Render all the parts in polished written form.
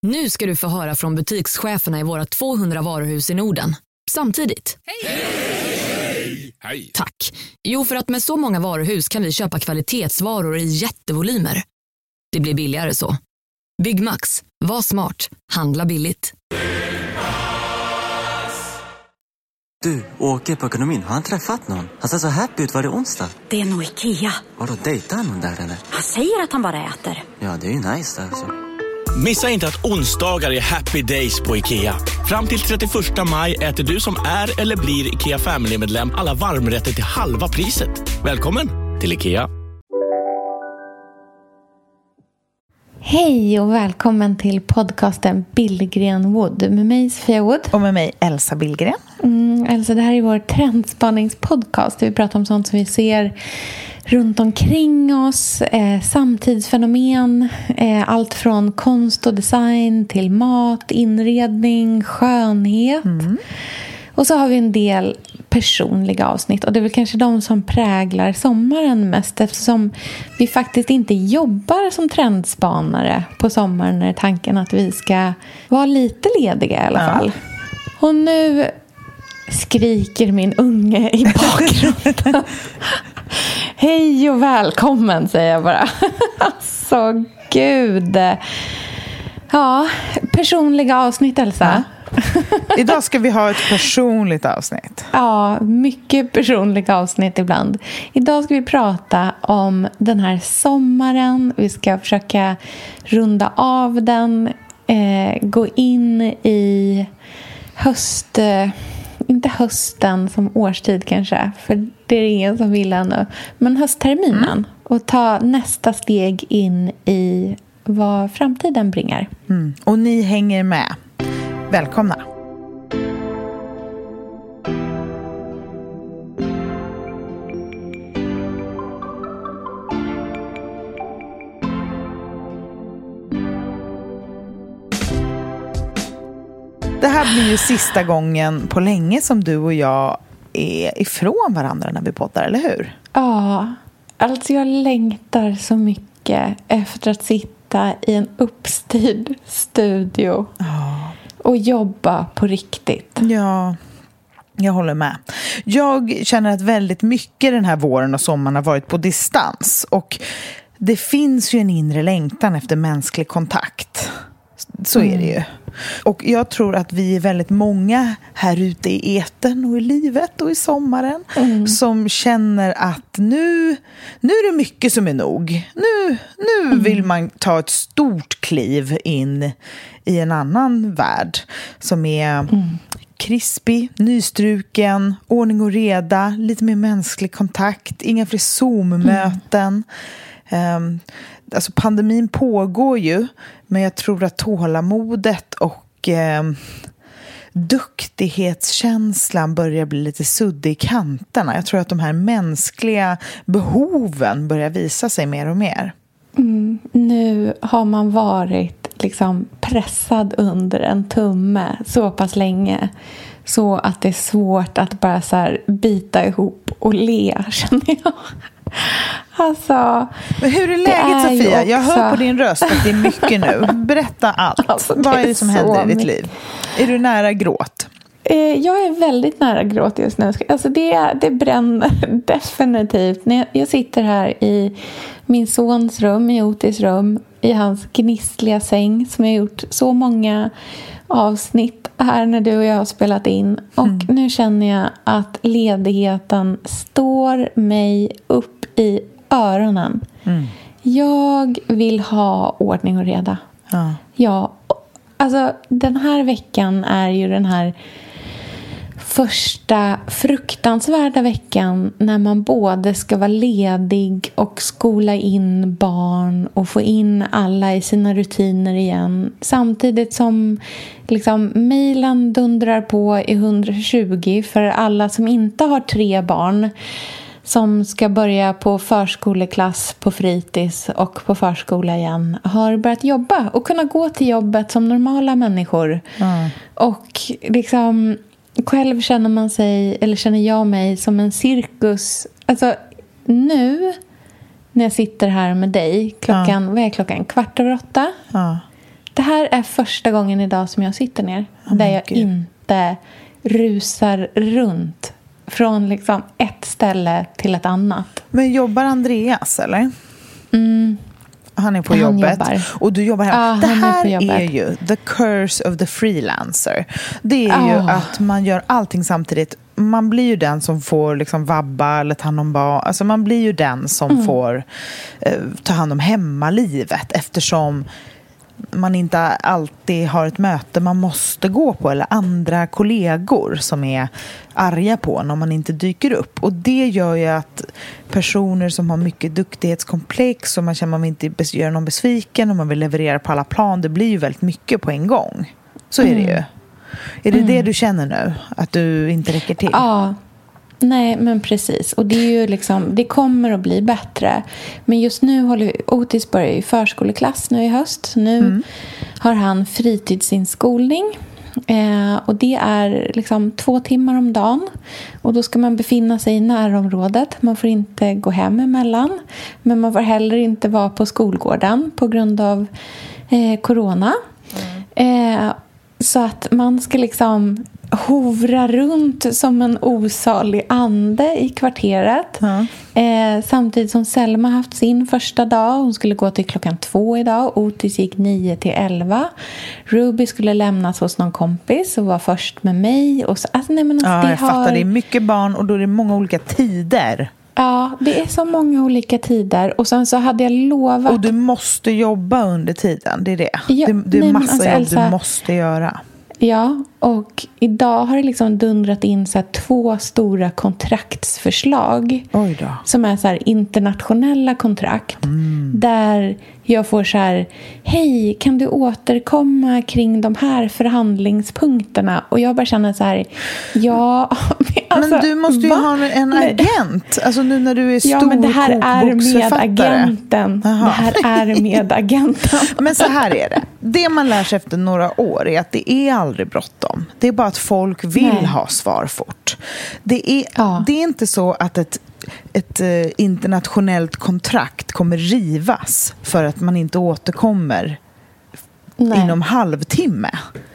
Nu ska du få höra från butikscheferna i våra 200 varuhus i Norden. Samtidigt. Hej! Hej! Tack. Jo, för att med så många varuhus kan vi köpa kvalitetsvaror i jättevolymer. Det blir billigare så. Byggmax. Var smart. Handla billigt. Du, Åke på ekonomin, har han träffat någon? Han ser så happy ut, var det onsdag? Det är nog Ikea. Vadå, dejtar han någon där eller? Han säger att han bara äter. Ja, det är ju nice alltså. Missa inte att onsdagar är happy days på IKEA. Fram till 31 maj äter du som är eller blir IKEA Family-medlem alla varmrätter till halva priset. Välkommen till IKEA. Hej och välkommen till podcasten Billgren Wood med mig Sofia Wood. Och med mig Elsa Billgren. Elsa, det här är vår trendspaningspodcast där vi pratar om sånt som vi ser runt omkring oss, samtidsfenomen, allt från konst och design till mat, inredning, skönhet. Och så har vi en del personliga avsnitt och det är väl kanske de som präglar sommaren mest eftersom vi faktiskt inte jobbar som trendspanare på sommaren när tanken att vi ska vara lite lediga i alla fall. Och nu skriker min unge i bakgrunden. Hej och välkommen, säger jag bara. Alltså, gud. Ja, personliga avsnitt, Elsa. Idag ska vi ha ett personligt avsnitt. Ja, mycket personliga avsnitt ibland. Idag ska vi prata om den här sommaren. Vi ska försöka runda av den. Gå in i inte hösten som årstid kanske, för det är ingen som vill ännu, men höstterminen och ta nästa steg in i vad framtiden bringar. Och ni hänger med. Välkomna. Det här blir ju sista gången på länge som du och jag är ifrån varandra när vi poddar, eller hur? Ja, alltså jag längtar så mycket efter att sitta i en uppstyrd studio och jobba på riktigt. Ja, jag håller med. Jag känner att väldigt mycket den här våren och sommaren har varit på distans och det finns ju en inre längtan efter mänsklig kontakt. Så är det ju. Och jag tror att vi är väldigt många här ute i etern och i livet och i sommaren som känner att nu är det mycket som är nog. Nu vill man ta ett stort kliv in i en annan värld som är krispig, nystruken, ordning och reda, lite mer mänsklig kontakt, inga fler Zoom-möten. Alltså pandemin pågår ju, men jag tror att tålamodet och duktighetskänslan börjar bli lite suddig i kanterna. Jag tror att de här mänskliga behoven börjar visa sig mer och mer. Nu har man varit liksom pressad under en tumme så pass länge så att det är svårt att bara så här bita ihop och le, känner jag. Alltså, men hur är läget, Sofia? också... Jag hör på din röst att det är mycket nu. Berätta allt. Alltså, vad är det som händer i ditt liv? Är du nära gråt? Jag är väldigt nära gråt just nu. Alltså det bränner definitivt. När jag sitter här i min sons rum, i Otis rum, i hans gnissliga säng som jag har gjort så många avsnitt här när du och jag har spelat in. Och nu känner jag att ledigheten står mig upp i öronen. Jag vill ha ordning och reda. Ja, alltså den här veckan är ju den här första fruktansvärda veckan när man både ska vara ledig och skola in barn och få in alla i sina rutiner igen. Samtidigt som liksom mejlen dundrar på i 120 för alla som inte har 3 barn som ska börja på förskoleklass, på fritids och på förskola igen, har börjat jobba och kunna gå till jobbet som normala människor. Och liksom själv känner jag mig som en cirkus. Alltså nu när jag sitter här med dig klockan, vad är klockan? 7:15? Det här är första gången idag som jag sitter ner. Där jag inte rusar runt från liksom ett ställe till ett annat. Men jobbar Andreas, eller? Han är på jobbet. Jobbar. Och du jobbar här. Ja, det här är ju the curse of the freelancer. Det är ju att man gör allting samtidigt. Man blir ju den som får liksom vabba eller ta hand om barn. Alltså man blir ju den som får ta hand om hemmalivet, eftersom man inte alltid har ett möte man måste gå på, eller andra kollegor som är arga på när man inte dyker upp. Och det gör ju att personer som har mycket duktighetskomplex och man känner att man inte gör någon besviken och man vill leverera på alla plan, det blir ju väldigt mycket på en gång. Så är det ju. Är det det du känner nu? Att du inte räcker till? Ja. Nej, men precis. Och det är ju liksom, det kommer att bli bättre. Men just nu Otis börjar i förskoleklass nu i höst. Så nu har han fritidsinskolning. Och det är liksom 2 timmar om dagen. Och då ska man befinna sig i närområdet. Man får inte gå hem emellan. Men man får heller inte vara på skolgården på grund av corona. Så att man ska liksom hovra runt som en osalig ande i kvarteret. Samtidigt som Selma haft sin första dag. Hon skulle gå till 2:00 idag. Otis gick 9 till 11. Ruby skulle lämnas hos någon kompis och var först med mig. Och så, alltså, nej, men alltså, jag fattar. Det är mycket barn och då är det många olika tider. Ja, det är så många olika tider. Och sen så hade jag lovat... Och du måste jobba under tiden, det är det. Ja, det är massa jobb Elsa, du måste göra. Ja, och idag har det liksom dundrat in så här 2 stora kontraktsförslag. Oj då. Som är så här internationella kontrakt. Där jag får så här: hej, kan du återkomma kring de här förhandlingspunkterna? Och jag bara känner så här: ja... Alltså, men du måste ju ha en agent. Alltså nu när du är stor kokboksförfattare. Ja, men det här är med agenten. Det här är med agenten. Men så här är det. Det man lär sig efter några år är att det är aldrig bråttom. Det är bara att folk vill ha svar fort. Det är inte så att ett internationellt kontrakt kommer rivas för att man inte återkommer inom halvtimme.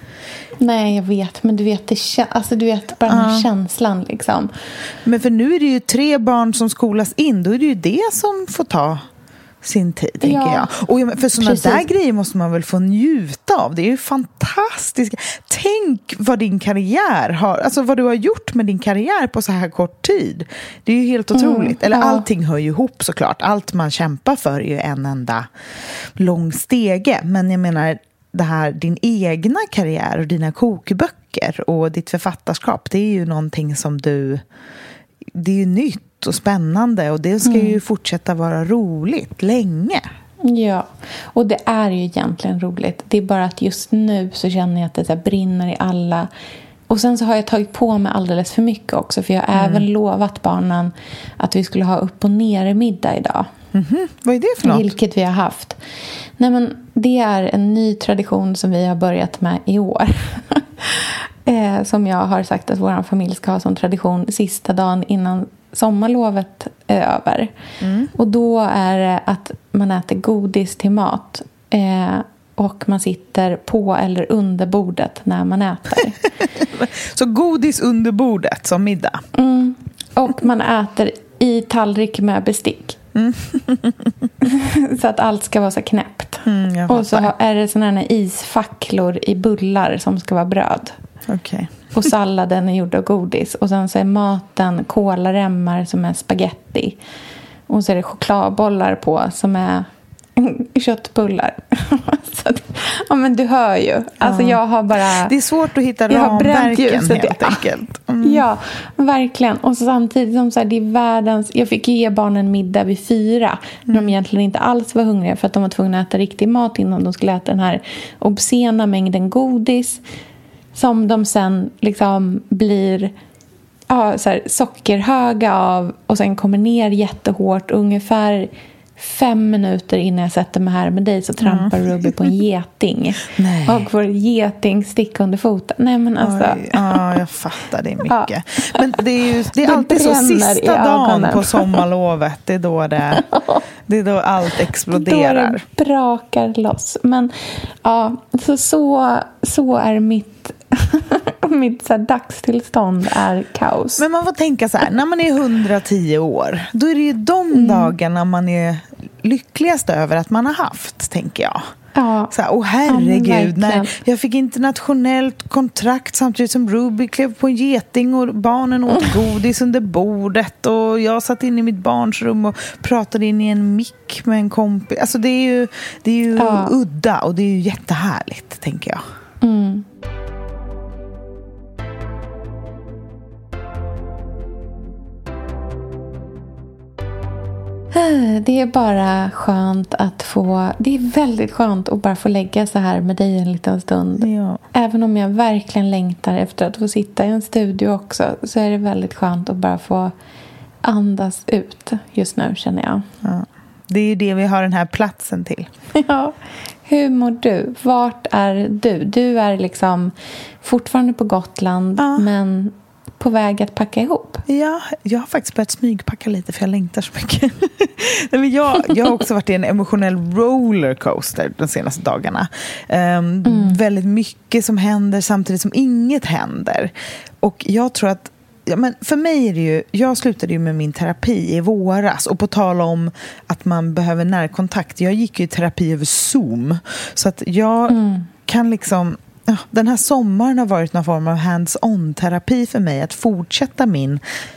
Nej, jag vet. Men du vet, du vet bara den här känslan liksom. Men för nu är det ju 3 barn som skolas in. Då är det ju det som får ta sin tid, tänker jag. Och för sådana där grejer måste man väl få njuta av. Det är ju fantastiskt. Tänk vad din karriär har, alltså vad du har gjort med din karriär på så här kort tid. Det är ju helt otroligt. Eller allting hör ju ihop såklart. Allt man kämpar för är ju en enda lång stege. Men jag menar, det här, din egna karriär och dina kokböcker och ditt författarskap, det är ju någonting som det är ju nytt och spännande, och det ska ju fortsätta vara roligt länge. Ja, och det är ju egentligen roligt. Det är bara att just nu så känner jag att det så här brinner i alla. Och sen så har jag tagit på mig alldeles för mycket också, för jag har även lovat barnen att vi skulle ha upp- och ner middag idag. Vad är det för något? Vilket vi har haft. Nej, men det är en ny tradition som vi har börjat med i år. Som jag har sagt att vår familj ska ha som tradition sista dagen innan sommarlovet är över. Och då är det att man äter godis till mat. Och man sitter på eller under bordet när man äter. Så godis under bordet som middag? Och man äter i tallrik med bestick. Så att allt ska vara så knäppt. Och så är det såna här isfacklor i bullar som ska vara bröd. Okay. Och salladen är gjord av godis. Och sen så är maten kolaremmar som är spaghetti. Och så är det chokladbollar på som är köttbullar. Så att, ja, men du hör ju. Alltså jag har bara... Det är svårt att hitta ramverken helt enkelt. Ja, verkligen. Och så samtidigt som så här, det är världens... Jag fick ge barnen middag vid 4. När de egentligen inte alls var hungriga. För att de var tvungna att äta riktig mat innan de skulle äta den här obscena mängden godis. Som de sen liksom blir så här, sockerhöga av. Och sen kommer ner jättehårt. Ungefär 5 minuter innan jag sätter mig här med dig så trampar Ruby på en geting. Nej. Och får geting sticka under foten. Nej, men alltså. Ja, jag fattar det mycket. Men det är alltid så sista dagen på sommarlovet. Det är då allt exploderar. Då det brakar loss. Men ja, så är mitt så här dagstillstånd är kaos. Men man får tänka så här, när man är 110 år, då är det ju de dagarna man är lyckligast över att man har haft, tänker jag. Ja. Så här, herregud, när jag fick internationellt kontrakt samtidigt som Ruby klev på en geting och barnen åt godis under bordet och jag satt inne i mitt barns rum och pratade in i en mick med en kompis. Alltså det är ju udda och det är ju jättehärligt, tänker jag. Mm. Det är bara skönt att det är väldigt skönt att bara få lägga så här med dig en liten stund. Ja. Även om jag verkligen längtar efter att få sitta i en studio också, så är det väldigt skönt att bara få andas ut just nu, känner jag. Ja. Det är ju det vi har den här platsen till. Ja. Hur mår du? Vart är du? Du är liksom fortfarande på Gotland, men på väg att packa ihop. Ja, jag har faktiskt börjat smygpacka lite för jag längtar så mycket. Men jag har också varit i en emotionell rollercoaster de senaste dagarna. Väldigt mycket som händer samtidigt som inget händer. Och jag tror att men för mig är det ju, jag slutade ju med min terapi i våras, och på tala om att man behöver närkontakt. Jag gick ju i terapi över Zoom, så att jag kan liksom, den här sommaren har varit någon form av hands-on terapi för mig, att fortsätta min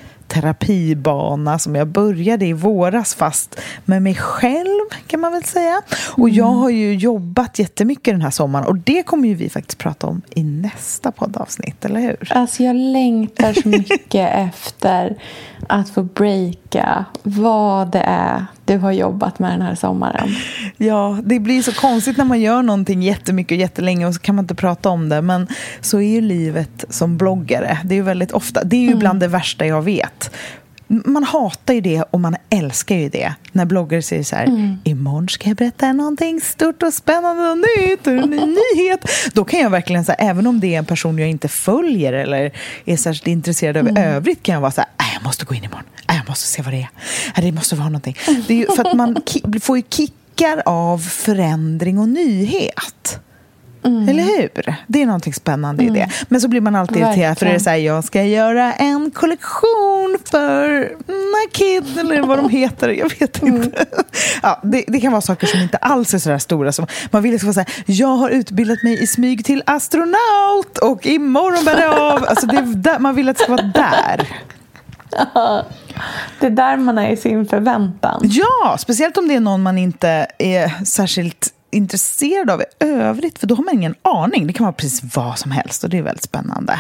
terapibana som jag började i våras, fast med mig själv, kan man väl säga. Och jag har ju jobbat jättemycket den här sommaren, och det kommer ju vi faktiskt prata om i nästa poddavsnitt, eller hur? Alltså jag längtar så mycket efter att få breaka vad det är du har jobbat med den här sommaren. Ja, det blir så konstigt när man gör någonting jättemycket och jättelänge och så kan man inte prata om det, men så är ju livet som bloggare. Det är ju väldigt ofta, det är ju bland det värsta jag vet. Man hatar ju det och man älskar ju det. När bloggare säger så här, imorgon ska jag berätta någonting stort och spännande och nytt och en nyhet. Då kan jag verkligen säga, även om det är en person jag inte följer eller är särskilt intresserad av övrigt, kan jag vara så här, jag måste gå in imorgon. Jag måste se vad det är. Det måste vara någonting. Det är ju för att man får ju kickar av förändring och nyhet. Eller hur? Det är någonting spännande i det. Men så blir man alltid irriterad för det är så här, jag ska göra en kollektion för Naked eller vad de heter, jag vet inte. Ja, det kan vara saker som inte alls är så där stora, som man vill liksom säga, jag har utbildat mig i smyg till astronaut och imorgon bär det av. Alltså det är där, man vill att det ska vara där. Det är där man är i sin förväntan. Ja, speciellt om det är någon man inte är särskilt intresserad av i övrigt, för då har man ingen aning. Det kan vara precis vad som helst och det är väldigt spännande.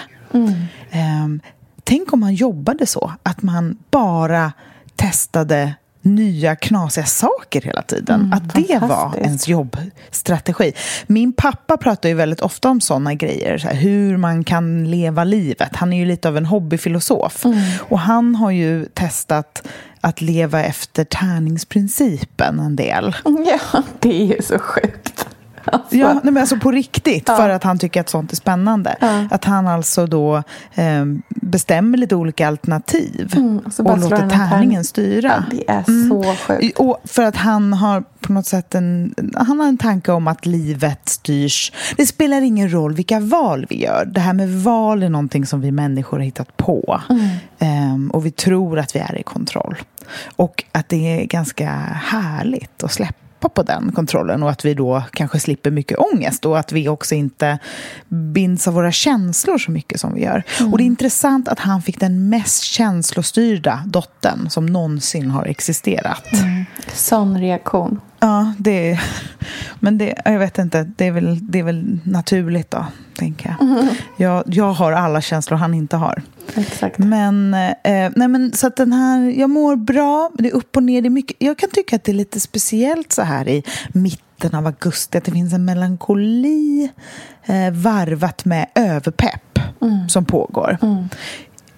Tänk om man jobbade så, att man bara testade nya knasiga saker hela tiden. Att det var ens jobbstrategi. Min pappa pratar ju väldigt ofta om sådana grejer. Så här, hur man kan leva livet. Han är ju lite av en hobbyfilosof. Och han har ju testat att leva efter tärningsprincipen en del. Ja, det är ju så sjukt. Alltså. Ja, men alltså på riktigt, för att han tycker att sånt är spännande. Att han alltså då bestämmer lite olika alternativ och låter tärningen styra. Ja, det är så sjukt. Och för att han har på något sätt han har en tanke om att livet styrs. Det spelar ingen roll vilka val vi gör. Det här med val är någonting som vi människor har hittat på. Och vi tror att vi är i kontroll. Och att det är ganska härligt att släppa på den kontrollen, och att vi då kanske slipper mycket ångest, och att vi också inte binds av våra känslor så mycket som vi gör. Och det är intressant att han fick den mest känslostyrda dottern som någonsin har existerat. Sån reaktion. Ja, men jag vet inte, det är väl naturligt då, tänker jag. Jag har alla känslor han inte har. Exakt. Men så att den här, jag mår bra, det är upp och ner, det är mycket. Jag kan tycka att det är lite speciellt så här i mitten av augusti, att det finns en melankoli varvat med överpepp som pågår.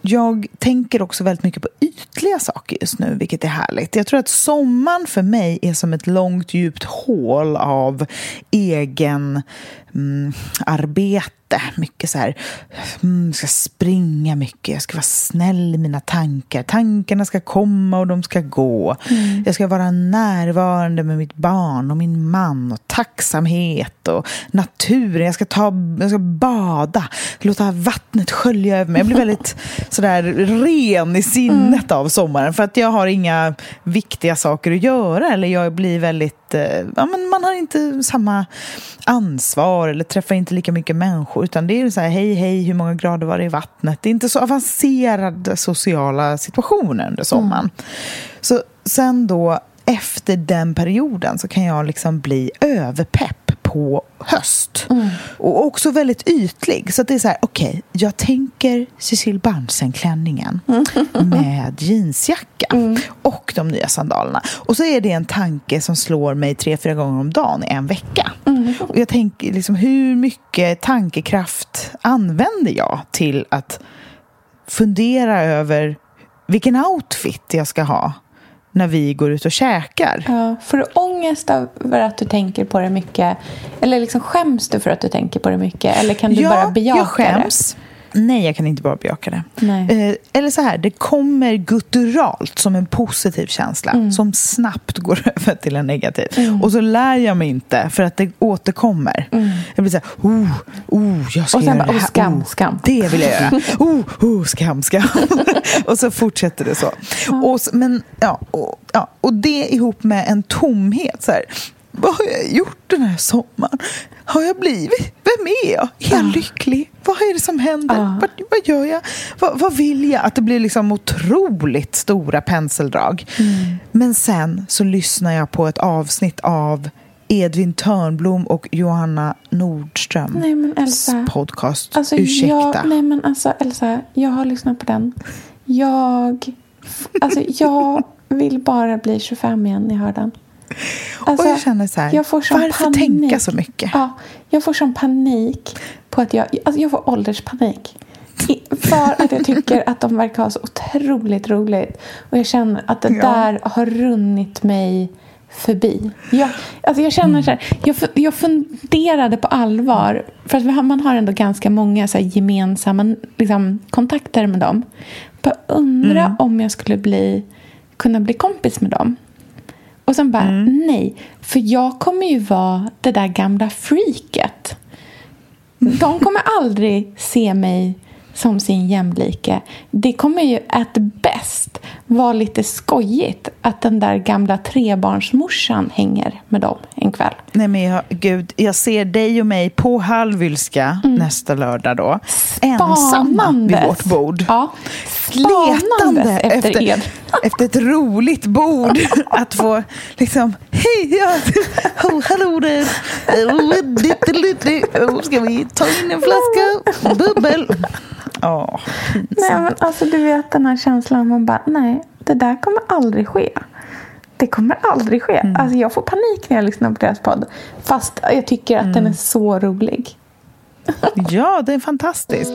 jag tänker också väldigt mycket på ytliga saker just nu, vilket är härligt. Jag tror att sommaren för mig är som ett långt, djupt hål av egen arbete. Mycket så här, jag ska springa mycket, jag ska vara snäll i mina tankar. Tankarna ska komma och de ska gå. Jag ska vara närvarande med mitt barn och min man och tacksamhet och naturen. Jag ska bada, låta vattnet skölja över mig. Jag blir väldigt sådär ren i sinnet av sommaren för att jag har inga viktiga saker att göra, eller jag blir väldigt men man har inte samma ansvar eller träffar inte lika mycket människor, utan det är så här, hej, hur många grader var det i vattnet? Det är inte så avancerade sociala situationer under sommaren. Så sen då efter den perioden så kan jag liksom bli överpepp på höst. Och också väldigt ytlig. Så att det är så här, okej, jag tänker Cecile Barnsen-klänningen med jeansjacka och de nya sandalerna. Och så är det en tanke som slår mig 3-4 gånger om dagen i en vecka. Och jag tänker liksom, hur mycket tankekraft använder jag till att fundera över vilken outfit jag ska ha när vi går ut och käkar. Ja, får du ångest över att du tänker på det mycket? Eller liksom skäms du för att du tänker på det mycket? Eller kan du bara bejaka jag skäms. Det? Nej, jag kan inte bara bejaka det. Nej. Eller så här, det kommer gutturalt som en positiv känsla som snabbt går över till en negativ. Och så lär jag mig inte för att det återkommer. Jag blir så här, jag ska och sen göra bara, det här. skam. Det vill jag göra. Skam. Och så fortsätter det så. Och det ihop med en tomhet så här. Vad har jag gjort den här sommaren? Har jag blivit? Vem är jag? Är jag lycklig? Vad är det som händer? Vad gör jag? Vad vill jag? Att det blir liksom otroligt stora penseldrag. Men sen så lyssnar jag på ett avsnitt av Edvin Törnblom och Johanna Nordström. Nej, men Elsa, podcast. Alltså, ursäkta. Elsa, jag har lyssnat på den. Jag vill bara bli 25 igen när jag hör den. Alltså, och jag känner så här, varför panik. Tänka så mycket? Ja, jag får sån panik på att jag får ålderspanik. För att jag tycker att de verkar ha så otroligt roligt. Och jag känner att det där har runnit mig förbi. Jag känner så här, jag funderade på allvar. För att man har ändå ganska många så här gemensamma liksom, kontakter med dem. Bara undra om jag skulle kunna bli kompis med dem. Och sen bara, nej. För jag kommer ju vara det där gamla freaket. De kommer aldrig se mig som sin jämlike. Det kommer ju at best vara lite skojigt att den där gamla trebarnsmorsan hänger med dem en kväll. Nej men jag ser dig och mig på Halvylska nästa lördag då. Ensamma vid vårt bord. Ja. Letande efter ett roligt bord. Att få liksom, hej, hallå där. Ska vi ta in en flaska bubbel? Nej, men alltså du vet den här känslan, man bara, nej, det där kommer aldrig ske. Det kommer aldrig ske. Alltså jag får panik när jag lyssnar på deras podd. Fast jag tycker att den är så rolig. Ja, det är fantastiskt.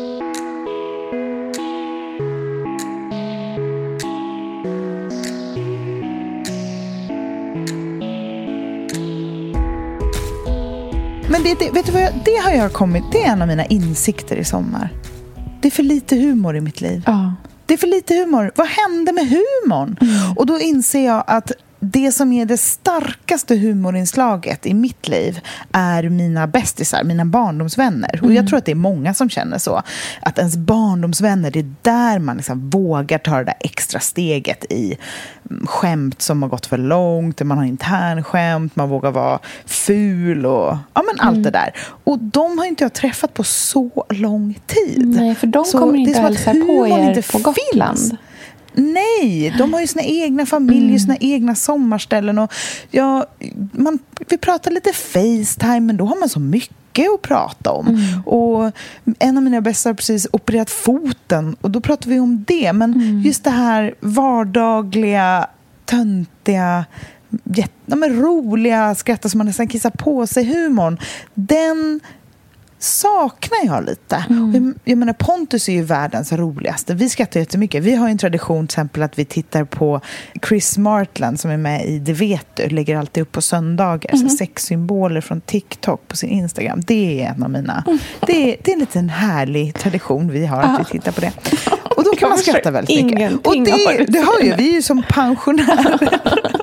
Men vet du vad det har jag kommit, det är en av mina insikter i sommar. Det är för lite humor i mitt liv. Det är för lite humor. Vad hände med humorn? Och då inser jag att det som är det starkaste humorinslaget i mitt liv är mina bästisar, mina barndomsvänner. Och jag tror att det är många som känner så. Att ens barndomsvänner, det är där man liksom vågar ta det där extra steget i skämt som har gått för långt. Man har intern skämt, man vågar vara ful och allt det där. Och de har inte jag träffat på så lång tid. Nej, för de kommer inte hälsa på er på Gotland. Finns. Nej, de har ju sina egna familjer, sina egna sommarställen och vi pratar lite FaceTime, men då har man så mycket att prata om. Och en av mina bästa har precis opererat foten och då pratar vi om det, men just det här vardagliga, töntiga, roliga skrattar som man nästan kissar på sig, humorn, den saknar jag lite. Och jag menar, Pontus är ju världens roligaste. Vi skrattar jättemycket. Vi har en tradition till exempel att vi tittar på Chris Martland som är med i Det vet du. Lägger alltid upp på söndagar så sexsymboler från TikTok på sin Instagram. Det är en av mina. Det är en liten härlig tradition vi har att vi tittar på det. Och då kan man skratta väldigt mycket. Och det har ju vi ju som pensionärer.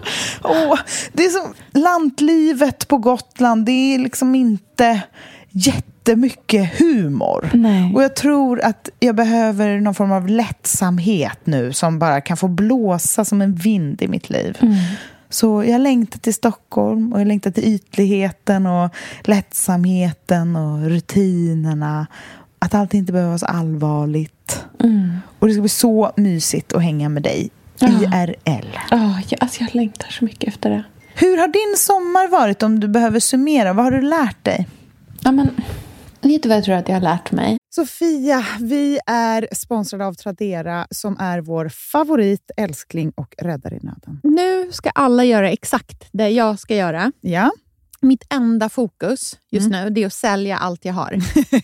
Det är som lantlivet på Gotland. Det är liksom inte jättemycket humor. Nej. Och jag tror att jag behöver någon form av lättsamhet nu som bara kan få blåsa som en vind i mitt liv. Så jag längtar till Stockholm och jag längtar till ytligheten och lättsamheten och rutinerna. Att allt inte behöver vara så allvarligt. Och det ska bli så mysigt att hänga med dig. IRL. Alltså jag längtar så mycket efter det. Hur har din sommar varit om du behöver summera? Vad har du lärt dig? Ja, men vet du vad jag tror att jag har lärt mig? Sofia, vi är sponsrade av Tradera som är vår favorit, älskling och räddare i nöden. Nu ska alla göra exakt det jag ska göra. Ja. Mitt enda fokus just nu det är att sälja allt jag har.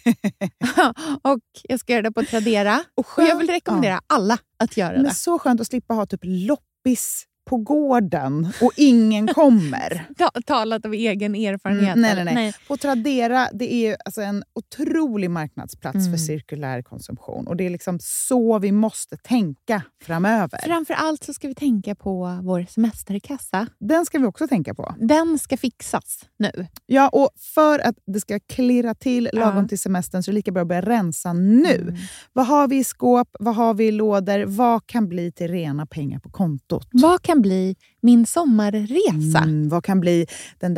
Och jag ska göra det på Tradera. Och jag vill rekommendera alla att göra det. Men så skönt att slippa ha typ loppis på gården och ingen kommer. Talat av egen erfarenhet. Nej. På Tradera, det är alltså en otrolig marknadsplats för cirkulär konsumtion. Och det är liksom så vi måste tänka framöver. Framförallt så ska vi tänka på vår semesterkassa. Den ska vi också tänka på. Den ska fixas nu. Ja, och för att det ska klirra till lagom till semestern så är det lika bra att börja rensa nu. Vad har vi i skåp? Vad har vi i lådor? Vad kan bli till rena pengar på kontot? Vad kan bli min sommarresa? Vad kan bli den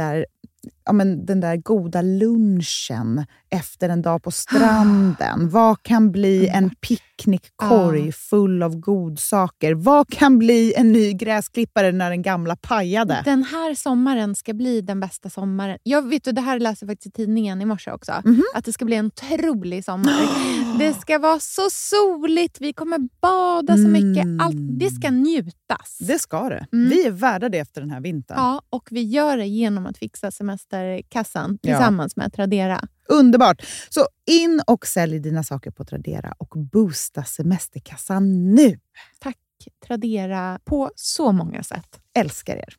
där goda lunchen efter en dag på stranden? Vad kan bli en picknickkorg full av godsaker? Vad kan bli en ny gräsklippare när den gamla pajade? Den här sommaren ska bli den bästa sommaren. Jag vet, det här läser jag faktiskt i tidningen i morse också. Att det ska bli en otrolig sommar. Det ska vara så soligt. Vi kommer bada så mycket. Allt, det ska njutas. Det ska det. Vi är värda det efter den här vintern. Ja, och vi gör det genom att fixa semesterkassan tillsammans med Tradera. Underbart! Så in och sälj dina saker på Tradera och boosta semesterkassan nu. Tack Tradera på så många sätt. Älskar er.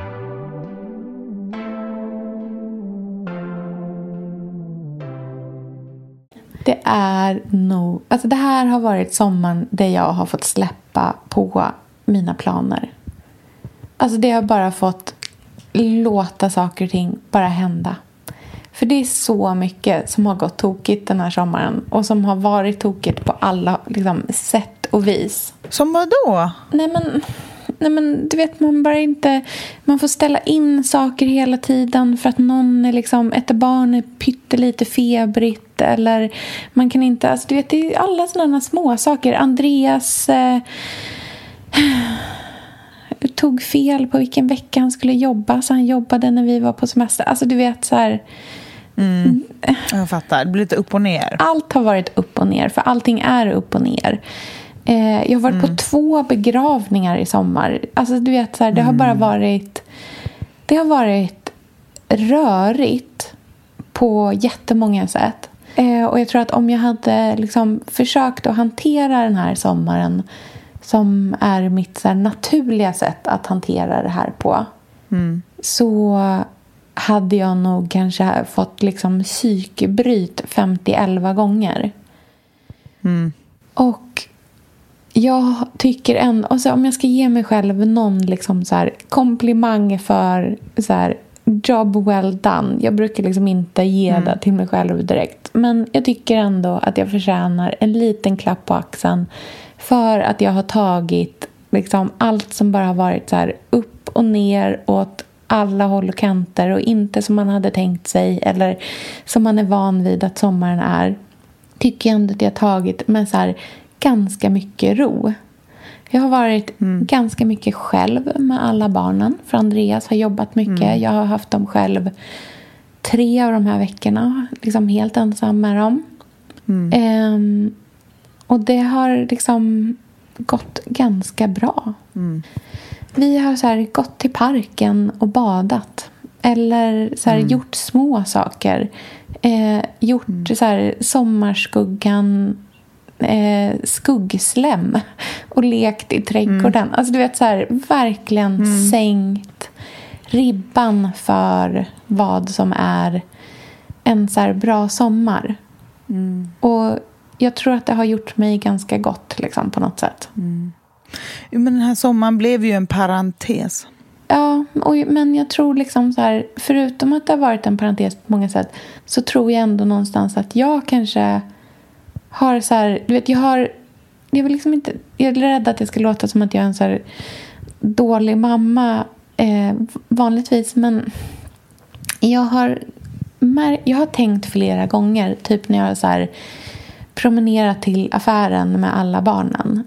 Det är nog... Alltså det här har varit sommaren där jag har fått släppa på mina planer. Alltså det har bara fått låta saker och ting bara hända. För det är så mycket som har gått tokigt den här sommaren. Och som har varit tokigt på alla liksom, sätt och vis. Som vad då? Nej men du vet, man bara inte... Man får ställa in saker hela tiden för att någon är liksom... Ett barn är pyttelite febrigt. Eller man kan inte... Alltså du vet, det är alla sådana små saker. Andreas... tog fel på vilken vecka han skulle jobba. Så han jobbade när vi var på semester. Alltså du vet så här... Jag fattar, det blir lite upp och ner. Allt har varit upp och ner. För allting är upp och ner. Jag har varit på 2 begravningar i sommar. Alltså du vet så här, det har bara varit... Det har varit rörigt på jättemånga sätt. Och jag tror att om jag hade liksom försökt att hantera den här sommaren som är mitt så här naturliga sätt att hantera det här på, så hade jag nog kanske fått liksom psykbryt 50-11 gånger. Och jag tycker ändå, alltså om jag ska ge mig själv någon liksom så här komplimang för så här job well done. Jag brukar liksom inte ge det till mig själv direkt. Men jag tycker ändå att jag förtjänar en liten klapp på axeln för att jag har tagit liksom allt som bara har varit så här upp och ner åt alla håll och kanter och inte som man hade tänkt sig eller som man är van vid att sommaren är. Tycker jag ändå att jag har tagit med så här ganska mycket ro. Jag har varit ganska mycket själv med alla barnen. För Andreas har jobbat mycket. Jag har haft dem själv 3 av de här veckorna. Liksom helt ensam med dem. Och det har liksom gått ganska bra. Vi har så här gått till parken och badat. Eller så här, gjort små saker. Gjort så här, sommarskuggan, skuggslem och lekt i trädgården. Alltså du vet så här, verkligen sänkt ribban för vad som är en så här bra sommar. Och jag tror att det har gjort mig ganska gott liksom, på något sätt. Men den här sommaren blev ju en parentes. Ja, men jag tror liksom så här, förutom att det har varit en parentes på många sätt, så tror jag ändå någonstans att jag kanske har så här, du vet, jag vill liksom inte, jag är rädd att det ska låta som att jag är en så här dålig mamma vanligtvis, men jag har tänkt flera gånger, typ när jag har så här promenerat till affären med alla barnen.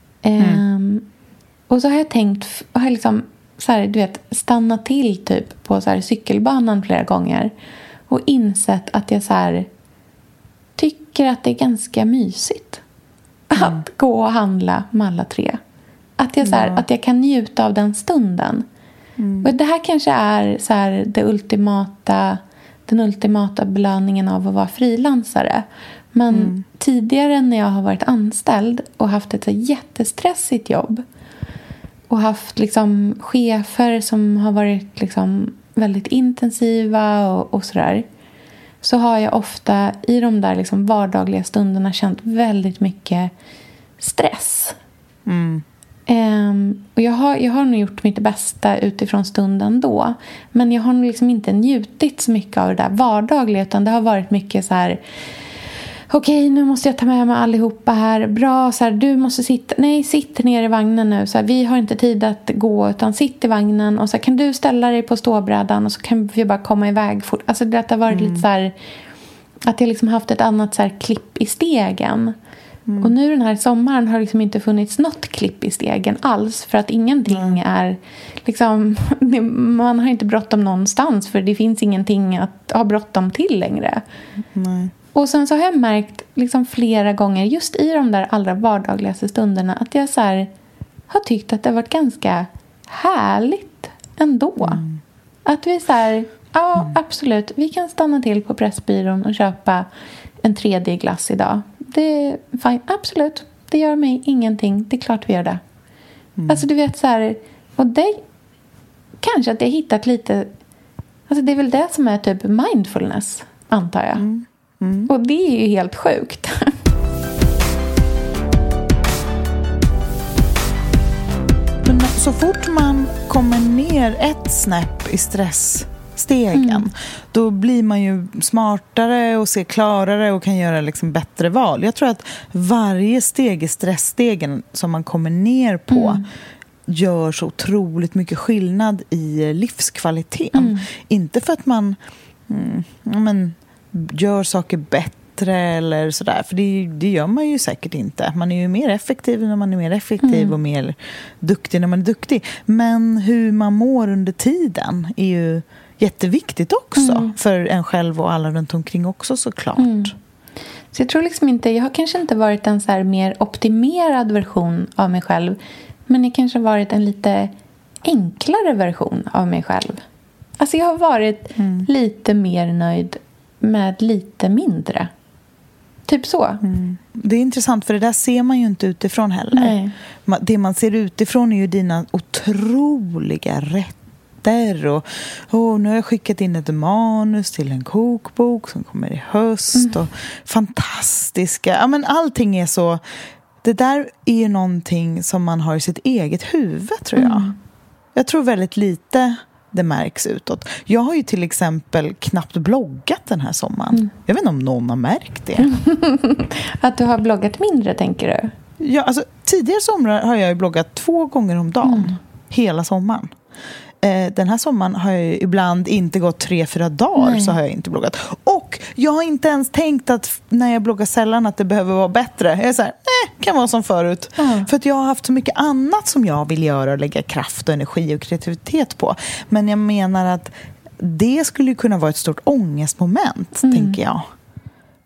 Och så har jag tänkt, har liksom så här, du vet, stannat till typ på så här cykelbanan flera gånger och insett att jag så här tycker att det är ganska mysigt att gå och handla med alla tre. Att jag så här, att jag kan njuta av den stunden. Och det här kanske är så här den ultimata belöningen av att vara frilansare. Men tidigare när jag har varit anställd och haft ett så jättestressigt jobb och haft liksom chefer som har varit liksom väldigt intensiva och sådär, så har jag ofta i de där liksom vardagliga stunderna känt väldigt mycket stress. Och jag har nog gjort mitt bästa utifrån stunden då, men jag har nog liksom inte njutit så mycket av det där vardagliga, utan det har varit mycket så här: okej, nu måste jag ta med mig allihopa här. Bra, så här, du måste sitt ner i vagnen nu. Så här, vi har inte tid att gå, utan sitt i vagnen. Och så här, kan du ställa dig på ståbrädan och så kan vi bara komma iväg fort. Alltså det har varit lite så här, att jag liksom haft ett annat så här klipp i stegen. Och nu den här sommaren har liksom inte funnits något klipp i stegen alls. För att ingenting är liksom, man har inte bråttom någonstans, för det finns ingenting att ha bråttom till längre. Nej. Och sen så har jag märkt liksom flera gånger just i de där allra vardagligaste stunderna att jag så här har tyckt att det har varit ganska härligt ändå. Att vi så här, ja absolut, vi kan stanna till på Pressbyrån och köpa en 3D-glass idag. Det är fine, absolut. Det gör mig ingenting. Det är klart vi gör det. Alltså du vet så här, och det kanske att jag hittat lite, alltså det är väl det som är typ mindfulness, antar jag. Och det är ju helt sjukt. Men så fort man kommer ner ett snäpp i stressstegen, då blir man ju smartare och ser klarare och kan göra liksom bättre val. Jag tror att varje steg i stressstegen som man kommer ner på gör så otroligt mycket skillnad i livskvaliteten. Inte för att man gör saker bättre eller sådär. För det gör man ju säkert inte. Man är ju mer effektiv när man är mer effektiv och mer duktig när man är duktig. Men hur man mår under tiden är ju jätteviktigt också. För en själv och alla runt omkring också, såklart. Så jag tror liksom inte, jag har kanske inte varit en så här mer optimerad version av mig själv. Men jag kanske har varit en lite enklare version av mig själv. Alltså jag har varit lite mer nöjd med lite mindre. Typ så. Det är intressant, för det där ser man ju inte utifrån heller. Nej. Det man ser utifrån är ju dina otroliga rätter. Och nu har jag skickat in ett manus till en kokbok som kommer i höst. Och fantastiska. Ja, men allting är så. Det där är ju någonting som man har i sitt eget huvud, tror jag. Jag tror väldigt lite det märks utåt. Jag har ju till exempel knappt bloggat den här sommaren. Jag vet inte om någon har märkt det. Att du har bloggat mindre, tänker du? Ja, alltså tidigare somrar har jag ju bloggat 2 gånger om dagen. Hela sommaren. Den här sommaren har jag ibland inte gått 3-4 dagar. Så har jag inte bloggat. Och jag har inte ens tänkt att när jag bloggar sällan att det behöver vara bättre. Jag är så här, kan vara som förut. För att jag har haft så mycket annat som jag vill göra och lägga kraft och energi och kreativitet på. Men jag menar att det skulle kunna vara ett stort ångestmoment, tänker jag.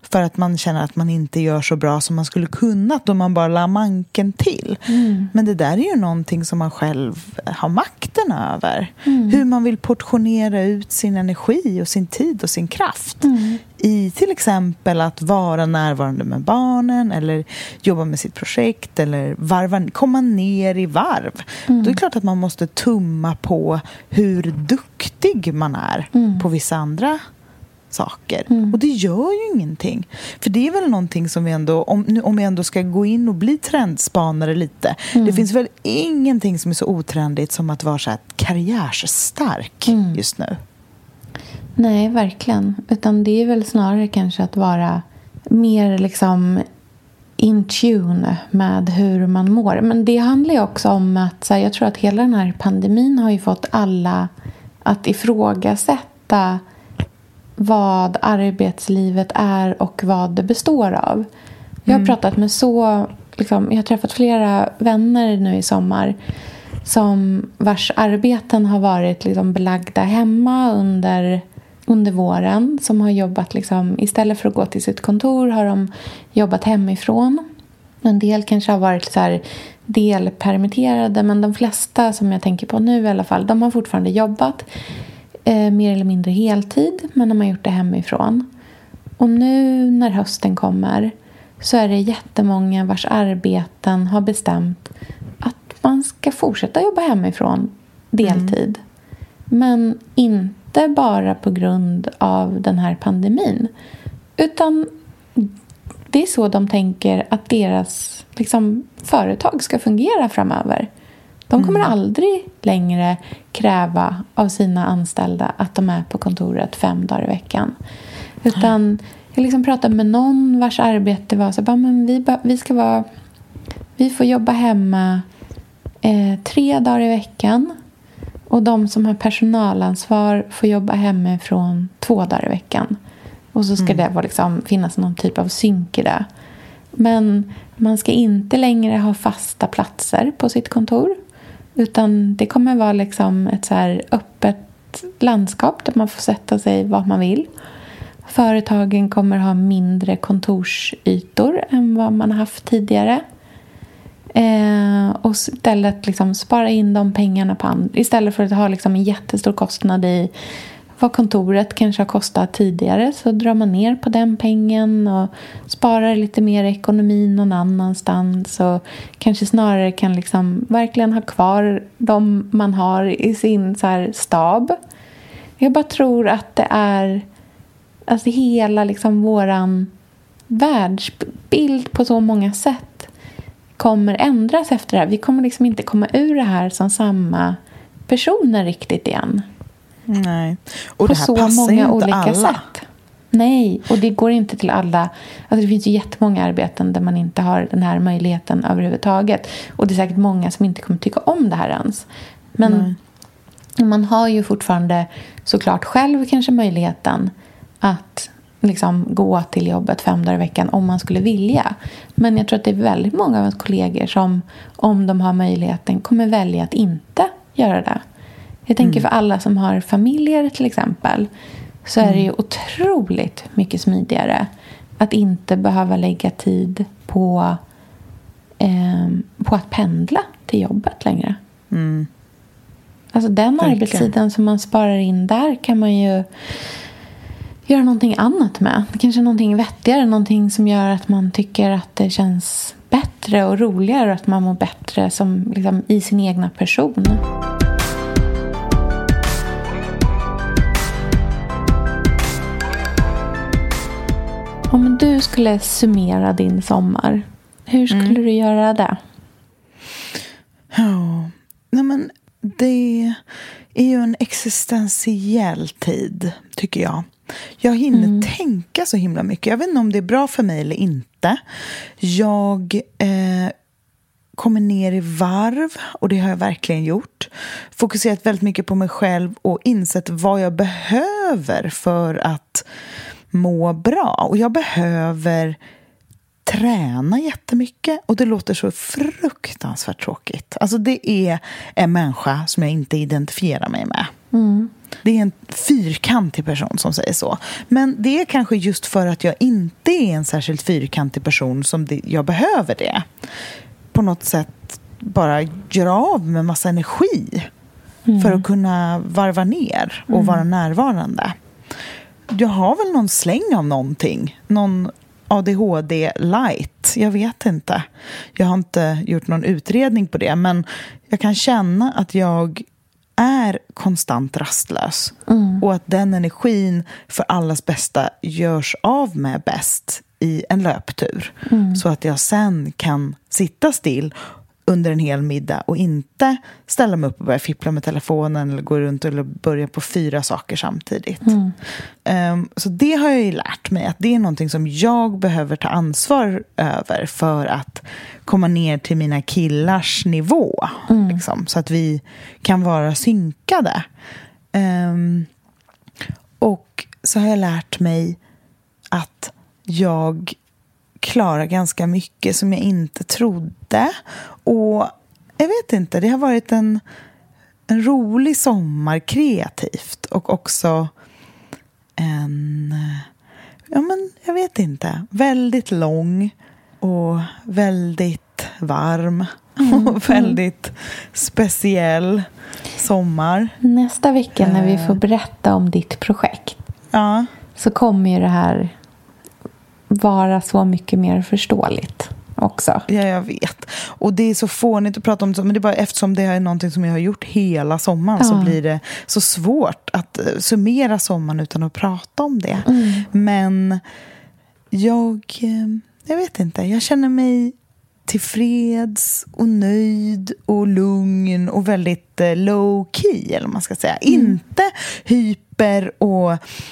för att man känner att man inte gör så bra som man skulle kunna då man bara la manken till. Men det där är ju någonting som man själv har makten över. Hur man vill portionera ut sin energi och sin tid och sin kraft. I till exempel att vara närvarande med barnen eller jobba med sitt projekt eller komma ner i varv. Då är det klart att man måste tumma på hur duktig man är på vissa andra saker. Och det gör ju ingenting. För det är väl någonting som vi ändå, om vi ändå ska gå in och bli trendspanare lite. Det finns väl ingenting som är så otrendigt som att vara så här karriärstark just nu. Nej, verkligen. Utan det är väl snarare kanske att vara mer liksom in tune med hur man mår. Men det handlar ju också om att så här, jag tror att hela den här pandemin har ju fått alla att ifrågasätta vad arbetslivet är och vad det består av. Jag har pratat med jag har träffat flera vänner nu i sommar vars arbeten har varit liksom belagda hemma under våren, som har jobbat liksom, istället för att gå till sitt kontor har de jobbat hemifrån. En del kanske har varit så här delpermitterade, men de flesta som jag tänker på nu i alla fall, de har fortfarande jobbat mer eller mindre heltid, men de har gjort det hemifrån. Och nu när hösten kommer så är det jättemånga vars arbeten har bestämt att man ska fortsätta jobba hemifrån deltid. Men inte bara på grund av den här pandemin, utan det är så de tänker att deras liksom, företag ska fungera framöver. De kommer aldrig längre kräva av sina anställda att de är på kontoret 5 dagar i veckan. Utan jag liksom pratade med någon vars arbete var så men vi får jobba hemma 3 dagar i veckan. Och de som har personalansvar får jobba hemifrån 2 dagar i veckan. Och så ska det liksom finnas någon typ av synk i det. Men man ska inte längre ha fasta platser på sitt kontor. Utan det kommer vara liksom ett så här öppet landskap där man får sätta sig vad man vill. Företagen kommer ha mindre kontorsytor än vad man har haft tidigare. Och istället liksom spara in de pengarna istället för att ha liksom en jättestor kostnad i vad kontoret kanske har kostat tidigare, så drar man ner på den pengen och sparar lite mer ekonomi någon annanstans och kanske snarare kan liksom verkligen ha kvar de man har i sin så här stab. Jag bara tror att det är alltså hela liksom våran världsbild på så många sätt kommer ändras efter det här. Vi kommer liksom inte komma ur det här som samma personer riktigt igen. Nej. Och på det här så passar många inte olika alla. sätt. Nej, och det går inte till alla. Alltså det finns ju jättemånga arbeten där man inte har den här möjligheten överhuvudtaget. Och det är säkert många som inte kommer tycka om det här ens. Men man har ju fortfarande såklart själv kanske möjligheten att liksom gå till jobbet 5 dagar i veckan om man skulle vilja. Men jag tror att det är väldigt många av ens kollegor som, om de har möjligheten, kommer välja att inte göra det. Jag tänker för alla som har familjer till exempel, så är det ju otroligt mycket smidigare att inte behöva lägga tid på att pendla till jobbet längre. Alltså den arbetstiden som man sparar in där kan man ju göra någonting annat med. Kanske någonting vettigare, någonting som gör att man tycker att det känns bättre och roligare och att man mår bättre som, liksom, i sin egna person. Om du skulle summera din sommar, hur skulle du göra det? Ja, nej men det är ju en existentiell tid, tycker jag. Jag hinner tänka så himla mycket. Jag vet inte om det är bra för mig eller inte. Jag kommer ner i varv, och det har jag verkligen gjort. Fokuserat väldigt mycket på mig själv och insett vad jag behöver för att må bra. Och jag behöver träna jättemycket, och det låter så fruktansvärt tråkigt. Alltså det är en människa som jag inte identifierar mig med. Det är en fyrkantig person som säger så. Men det är kanske just för att jag inte är en särskilt fyrkantig person som jag behöver det. På något sätt bara göra av med massa energi för att kunna varva ner och vara närvarande. Jag har väl någon släng av någonting. Någon ADHD light. Jag vet inte. Jag har inte gjort någon utredning på det. Men jag kan känna att jag är konstant rastlös. Och att den energin för allas bästa görs av med bäst i en löptur. Så att jag sen kan sitta still under en hel middag och inte ställa mig upp och börja fippla med telefonen eller gå runt eller börja på 4 saker samtidigt. Så det har jag ju lärt mig, att det är någonting som jag behöver ta ansvar över för att komma ner till mina killars nivå. Liksom, så att vi kan vara synkade. Och så har jag lärt mig att jag klarar ganska mycket som jag inte trodde. Och jag vet inte, det har varit en rolig sommar kreativt. Och också jag vet inte, väldigt lång och väldigt varm och väldigt speciell sommar. Nästa vecka när vi får berätta om ditt projekt så kommer ju det här vara så mycket mer förståeligt också. Ja, jag vet. Och det är så fånigt att prata om det, men det är bara eftersom det är någonting som jag har gjort hela sommaren så blir det så svårt att summera sommaren utan att prata om det. Men jag vet inte. Jag känner mig tillfreds och nöjd och lugn och väldigt low key, eller man ska säga. Inte hyper och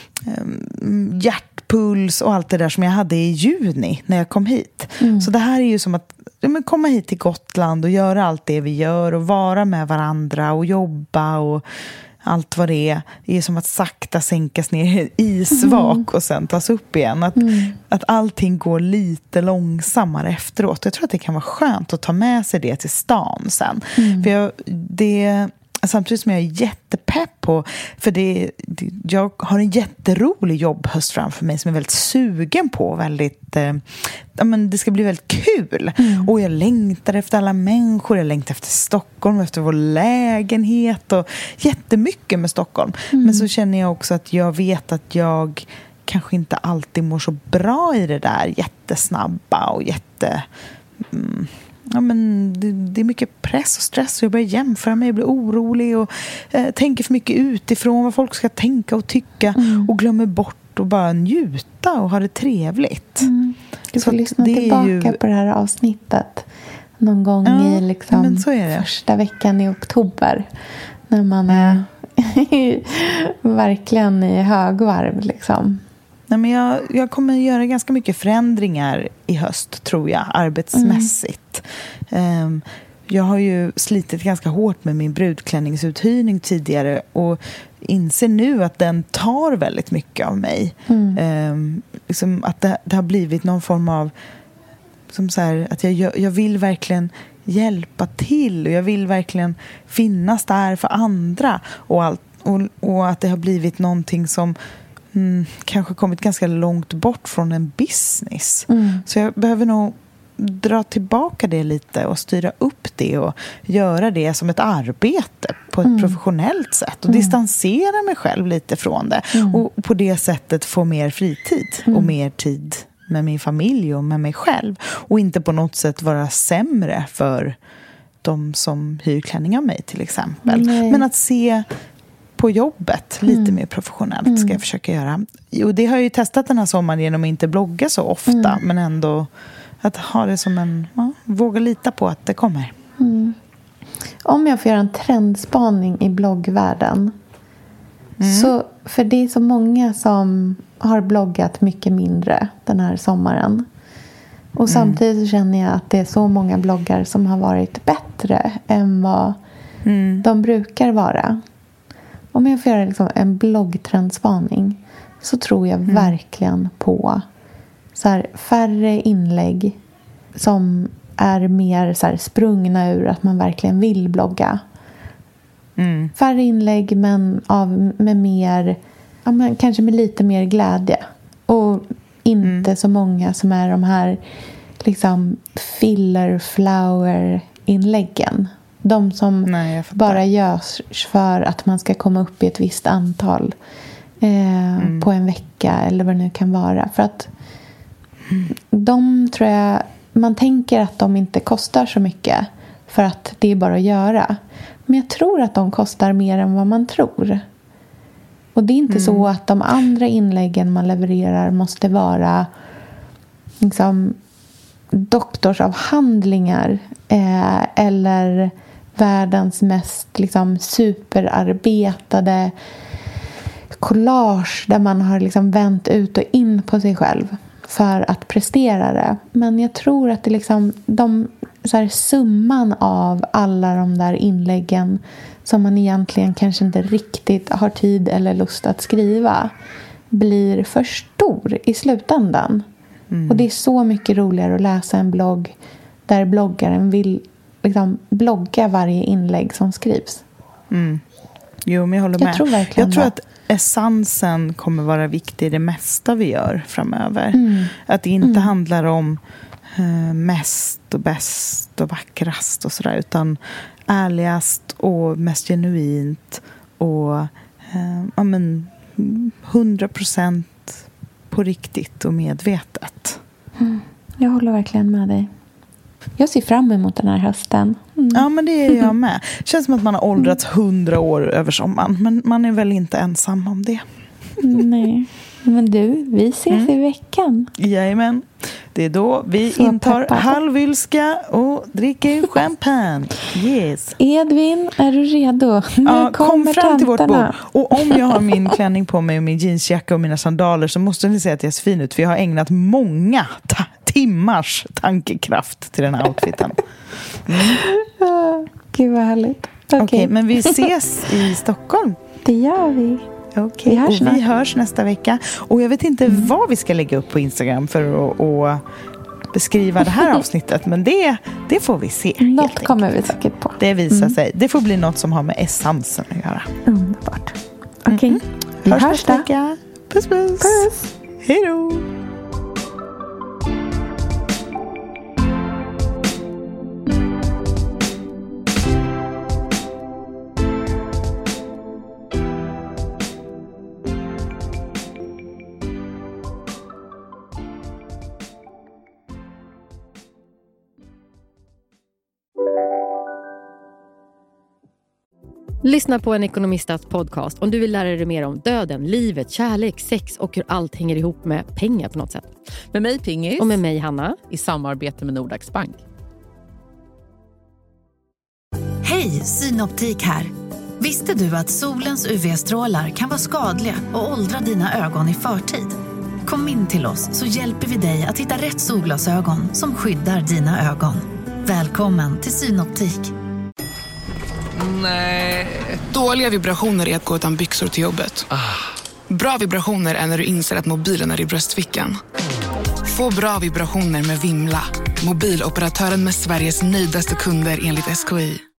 hjärtpuls och allt det där som jag hade i juni när jag kom hit. Så det här är ju som att komma hit till Gotland och göra allt det vi gör och vara med varandra och jobba och allt vad det är som att sakta sänkas ner i isvak och sen tas upp igen. Att allting går lite långsammare efteråt. Jag tror att det kan vara skönt att ta med sig det till stan sen. För samtidigt som jag är jättepepp på, för jag har en jätterolig jobbhöst framför mig som jag är väldigt sugen på, väldigt det ska bli väldigt kul. Och jag längtar efter alla människor, jag längtar efter Stockholm, efter vår lägenhet och jättemycket med Stockholm. Men så känner jag också att jag vet att jag kanske inte alltid mår så bra i det där jättesnabba och det är mycket press och stress och jag börjar jämföra mig, jag blir orolig och tänker för mycket utifrån vad folk ska tänka och tycka och glömmer bort och bara njuta och ha det trevligt. Du får lyssna tillbaka på det här avsnittet någon gång i första veckan i oktober när man är verkligen i högvarv liksom. Nej, men jag kommer göra ganska mycket förändringar i höst, tror jag, arbetsmässigt. Jag har ju slitit ganska hårt med min brudklänningsuthyrning tidigare och inser nu att den tar väldigt mycket av mig. Liksom att det har blivit någon form av som så här, att jag vill verkligen hjälpa till och jag vill verkligen finnas där för andra och att det har blivit någonting som kanske kommit ganska långt bort från en business. Så jag behöver nog dra tillbaka det lite och styra upp det och göra det som ett arbete på ett professionellt sätt och distansera mig själv lite från det och på det sättet få mer fritid och mer tid med min familj och med mig själv och inte på något sätt vara sämre för de som hyr klänning av mig till exempel. Men att se på jobbet lite mer professionellt ska jag försöka göra. Och det har jag ju testat den här sommaren genom att inte blogga så ofta men ändå att ha det som våga lita på att det kommer. Om jag får göra en trendspaning i bloggvärlden så, för det är så många som har bloggat mycket mindre den här sommaren och samtidigt känner jag att det är så många bloggar som har varit bättre än vad de brukar vara. Om jag får göra liksom en bloggtrendspaning så tror jag verkligen på så här, färre inlägg som är mer så här, sprungna ur att man verkligen vill blogga Färre inlägg men med mer, kanske med lite mer glädje. Och inte så många som är de här liksom filler-flower-inläggen. De som bara görs för att man ska komma upp i ett visst antal på en vecka eller vad det nu kan vara. För att de tror jag, man tänker att de inte kostar så mycket för att det är bara att göra. Men jag tror att de kostar mer än vad man tror. Och det är inte så att de andra inläggen man levererar måste vara liksom doktorsavhandlingar eller världens mest liksom superarbetade collage där man har liksom vänt ut och in på sig själv för att prestera det. Men jag tror att det liksom så här, summan av alla de där inläggen som man egentligen kanske inte riktigt har tid eller lust att skriva blir för stor i slutändan. Och det är så mycket roligare att läsa en blogg där bloggaren vill liksom blogga varje inlägg som skrivs. Jo, men jag håller med. Jag tror att essensen kommer vara viktig i det mesta vi gör framöver. Att det inte handlar om mest och bäst och vackrast och sådär, utan ärligast och mest genuint och 100% på riktigt och medvetet. Jag håller verkligen med dig. Jag ser fram emot den här hösten. Ja, men det är jag med. Känns som att man har åldrats 100 år över sommaren. Men man är väl inte ensam om det. Nej. Men du, vi ses i veckan. Jajamän. Det är då vi så intar peppad. halvylska och dricker champagne. Yes. Edvin, är du redo? Ja, kom fram till vårt bord. Och om jag har min klänning på mig och min jeansjacka och mina sandaler så måste ni säga att jag ser fin ut. För jag har ägnat många timmars tankekraft till den här outfiten. Gud vad härligt. Okej, men vi ses i Stockholm. Det gör vi. Okej, och vi hörs nästa vecka. Och jag vet inte vad vi ska lägga upp på Instagram för att beskriva det här avsnittet. Men det får vi se. Något kommer vi säkert på. Det visar sig. Det får bli något som har med essensen att göra. Underbart. Okej, vi hörs nästa vecka. Puss, puss. Puss. Hej då. Lyssna på en ekonomistats podcast om du vill lära dig mer om döden, livet, kärlek, sex och hur allt hänger ihop med pengar på något sätt. Med mig Pingis. Och med mig Hanna. I samarbete med Nordax Bank. Hej, Synoptik här. Visste du att solens UV-strålar kan vara skadliga och åldra dina ögon i förtid? Kom in till oss så hjälper vi dig att hitta rätt solglasögon som skyddar dina ögon. Välkommen till Synoptik. Nej. Dåliga vibrationer är att gå utan byxor till jobbet. Bra vibrationer är när du inser att mobilen är i bröstfickan. Få bra vibrationer med Vimla. Mobiloperatören med Sveriges nöjdaste kunder enligt SKI.